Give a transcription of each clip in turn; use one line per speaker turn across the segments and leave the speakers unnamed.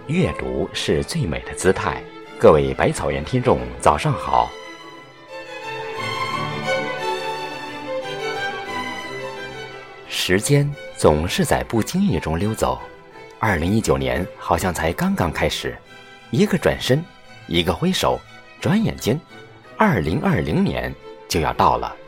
阅读是最美的姿态。各位百草园听众，早上好。时间总是在不经意中溜走，2019年好像才刚刚开始，一个转身，一个挥手，转眼间2020年就要到了。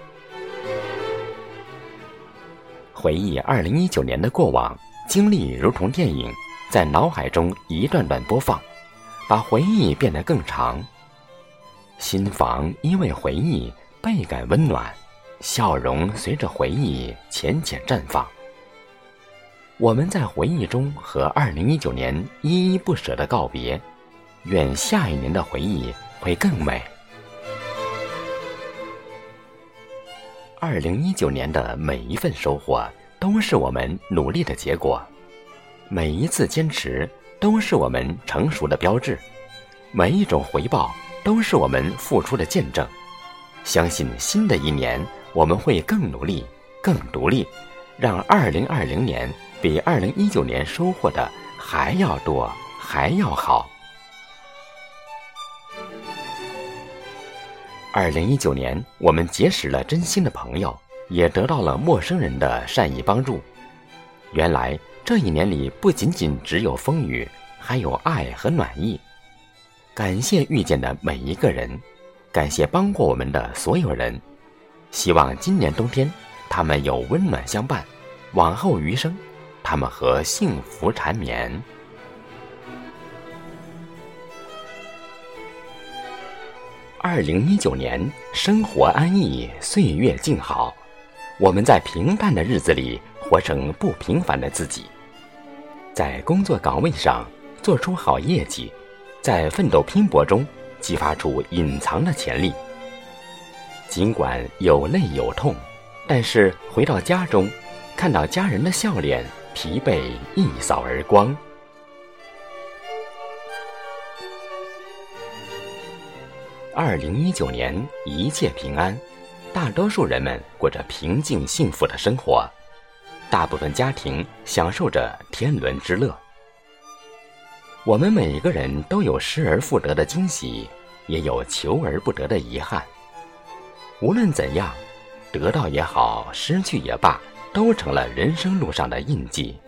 回忆2019年的过往，经历如同电影，在脑海中一段段播放，把回忆变得更长。心房因为回忆倍感温暖，笑容随着回忆浅浅绽放。我们在回忆中和2019年依依不舍地告别，愿下一年的回忆会更美。2019年的每一份收获都是我们努力的结果，每一次坚持都是我们成熟的标志，每一种回报都是我们付出的见证。相信新的一年我们会更努力，更独立，让2020年比2019年收获的还要多，还要好。2019年，我们结识了真心的朋友，也得到了陌生人的善意帮助。原来这一年里不仅仅只有风雨，还有爱和暖意。感谢遇见的每一个人，感谢帮过我们的所有人。希望今年冬天他们有温暖相伴，往后余生他们和幸福缠绵。2019年，生活安逸，岁月静好。我们在平淡的日子里活成不平凡的自己，在工作岗位上做出好业绩，在奋斗拼搏中激发出隐藏的潜力。尽管有泪有痛，但是回到家中，看到家人的笑脸，疲惫一扫而光。2019年一切平安，大多数人们过着平静幸福的生活，大部分家庭享受着天伦之乐。我们每个人都有失而复得的惊喜，也有求而不得的遗憾。无论怎样，得到也好，失去也罢，都成了人生路上的印记。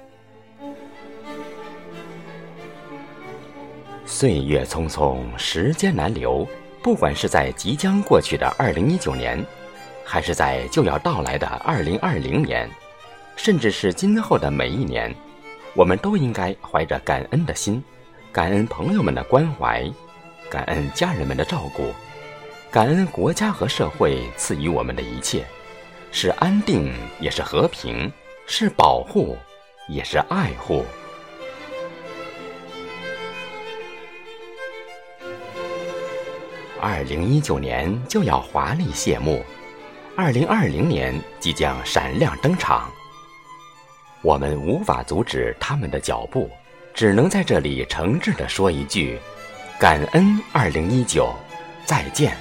岁月匆匆，时间难留，不管是在即将过去的2019年，还是在就要到来的2020年，甚至是今后的每一年，我们都应该怀着感恩的心，感恩朋友们的关怀，感恩家人们的照顾，感恩国家和社会赐予我们的一切，是安定也是和平，是保护也是爱护。2019年就要华丽谢幕，2020年即将闪亮登场。我们无法阻止他们的脚步，只能在这里诚挚地说一句：感恩2019，再见。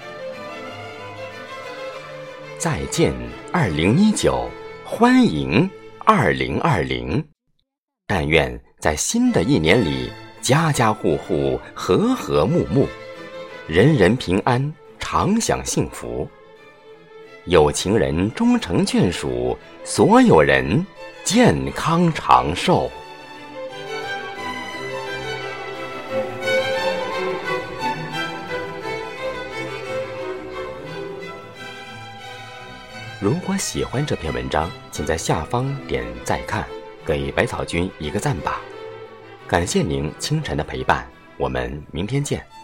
再见2019，欢迎2020。但愿在新的一年里，家家户户和和睦睦，人人平安，常享幸福。有情人终成眷属，所有人健康长寿。如果喜欢这篇文章，请在下方点再看，给百草君一个赞吧。感谢您清晨的陪伴，我们明天见。